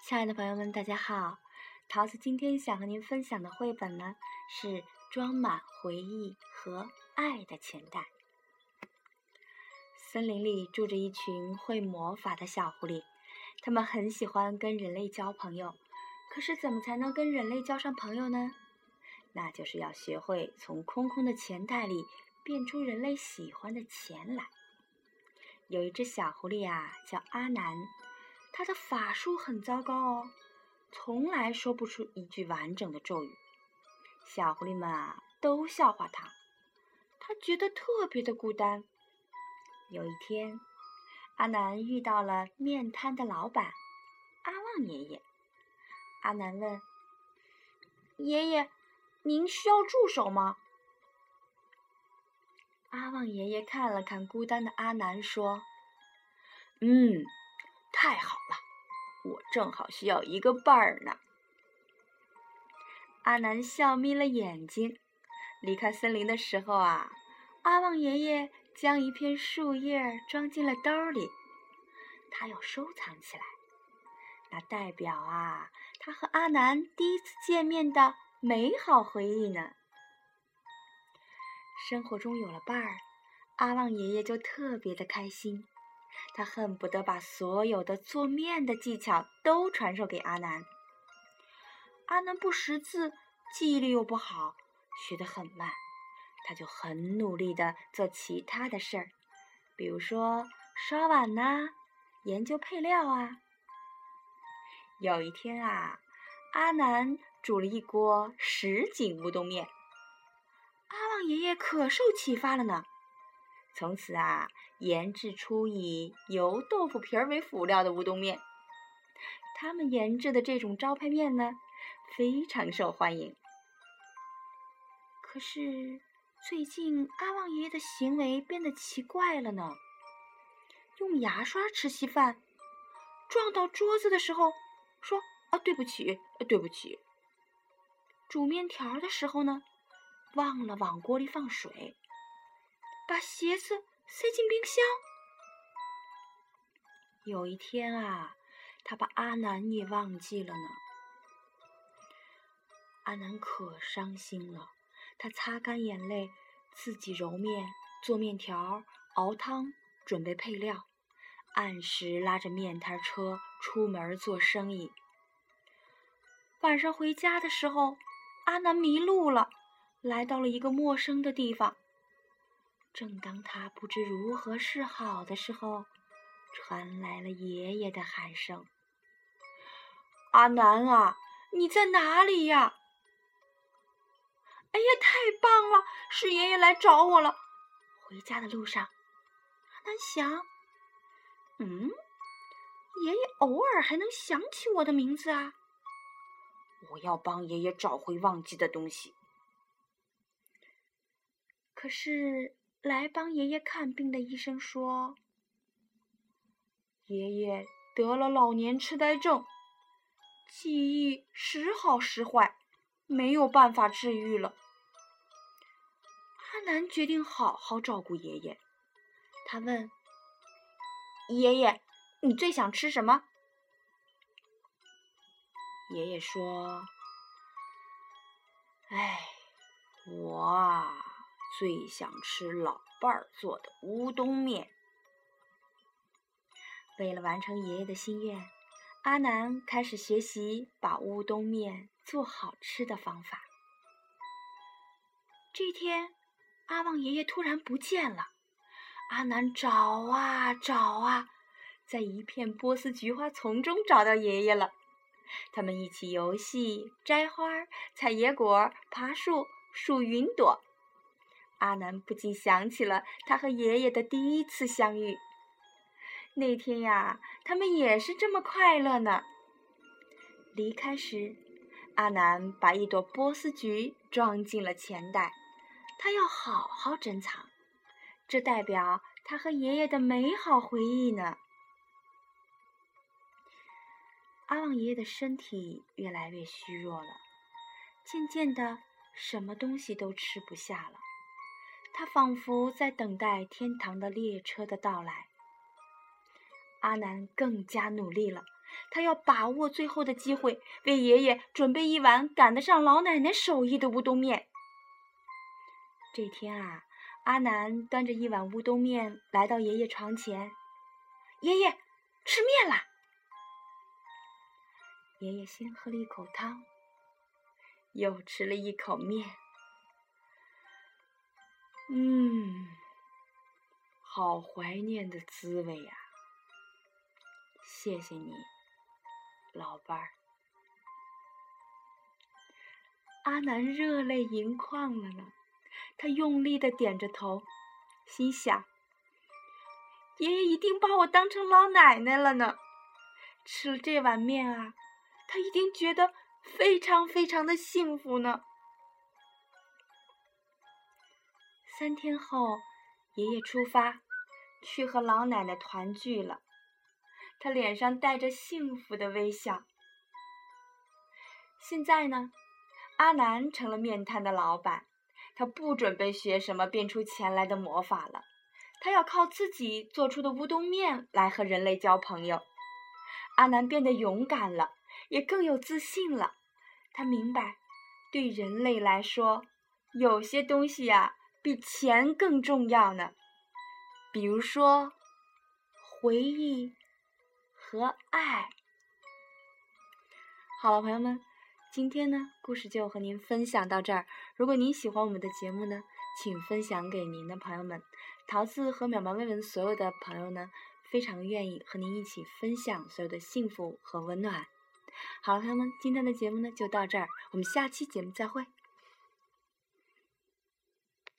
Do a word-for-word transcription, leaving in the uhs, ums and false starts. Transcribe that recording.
亲爱的朋友们，大家好！桃子今天想和您分享的绘本呢，是装满回忆和爱的钱袋。森林里住着一群会魔法的小狐狸，他们很喜欢跟人类交朋友。可是怎么才能跟人类交上朋友呢？那就是要学会从空空的钱袋里变出人类喜欢的钱来。有一只小狐狸啊，叫阿南，他的法术很糟糕哦，从来说不出一句完整的咒语。小狐狸们啊，都笑话他，他觉得特别的孤单。有一天，阿南遇到了面摊的老板阿旺爷爷。阿南问：“爷爷，您需要助手吗？”阿旺爷爷看了看孤单的阿南，说：“嗯，太好了，我正好需要一个伴儿呢。”阿南笑眯了眼睛。离开森林的时候啊，阿旺爷爷将一片树叶装进了兜里，他要收藏起来，那代表啊，他和阿南第一次见面的美好回忆呢。生活中有了伴儿，阿旺爷爷就特别的开心，他恨不得把所有的做面的技巧都传授给阿南。阿南不识字，记忆力又不好，学得很慢，他就很努力地做其他的事儿，比如说刷碗呐、研究配料啊。有一天啊，阿南煮了一锅什锦乌冬面，阿旺爷爷可受启发了呢。从此啊，研制出以油豆腐皮儿为辅料的乌冬面。他们研制的这种招牌面呢，非常受欢迎。可是最近阿旺爷爷的行为变得奇怪了呢。用牙刷吃稀饭，撞到桌子的时候说啊对不起，对不起。煮面条的时候呢，忘了往锅里放水，把鞋子塞进冰箱。有一天啊，他把阿南也忘记了呢。阿南可伤心了，他擦干眼泪，自己揉面、做面条、熬汤、准备配料，按时拉着面摊车出门做生意。晚上回家的时候，阿南迷路了，来到了一个陌生的地方。正当他不知如何是好的时候，传来了爷爷的喊声：“阿南啊，你在哪里呀？”哎呀，太棒了，是爷爷来找我了。回家的路上，阿南想，嗯，爷爷偶尔还能想起我的名字啊。我要帮爷爷找回忘记的东西。可是来帮爷爷看病的医生说，爷爷得了老年痴呆症，记忆时好时坏，没有办法治愈了。阿南决定好好照顾爷爷。他问：“爷爷，你最想吃什么？”爷爷说：“哎，我啊，最想吃老伴儿做的乌冬面。”为了完成爷爷的心愿，阿南开始学习把乌冬面做好吃的方法。这天，阿旺爷爷突然不见了。阿南找啊找啊，在一片波斯菊花丛中找到爷爷了。他们一起游戏、摘花、采野果、爬树、数云朵。阿南不禁想起了他和爷爷的第一次相遇。那天呀，他们也是这么快乐呢。离开时，阿南把一朵波斯菊装进了钱袋，他要好好珍藏，这代表他和爷爷的美好回忆呢。阿旺爷爷的身体越来越虚弱了，渐渐的什么东西都吃不下了，他仿佛在等待天堂的列车的到来。阿南更加努力了， 他要把握最后的机会，为爷爷准备一碗赶得上老奶奶手艺的乌冬面。这天啊，阿南端着一碗乌冬面来到爷爷床前，爷爷，吃面啦！爷爷先喝了一口汤，又吃了一口面。嗯，好怀念的滋味呀！谢谢你，老伴儿。阿南热泪盈眶了呢，他用力地点着头，心想：爷爷一定把我当成老奶奶了呢。吃了这碗面啊，他一定觉得非常非常的幸福呢。三天后，爷爷出发去和老奶奶团聚了，他脸上带着幸福的微笑。现在呢，阿南成了面摊的老板，他不准备学什么变出钱来的魔法了，他要靠自己做出的乌冬面来和人类交朋友。阿南变得勇敢了，也更有自信了。他明白，对人类来说，有些东西呀，比钱更重要呢。比如说，回忆和爱。好了，朋友们，今天呢，故事就和您分享到这儿。如果您喜欢我们的节目呢，请分享给您的朋友们。桃子和淼淼妹妹所有的朋友呢，非常愿意和您一起分享所有的幸福和温暖。好了，朋友们，今天的节目呢就到这儿，我们下期节目再会。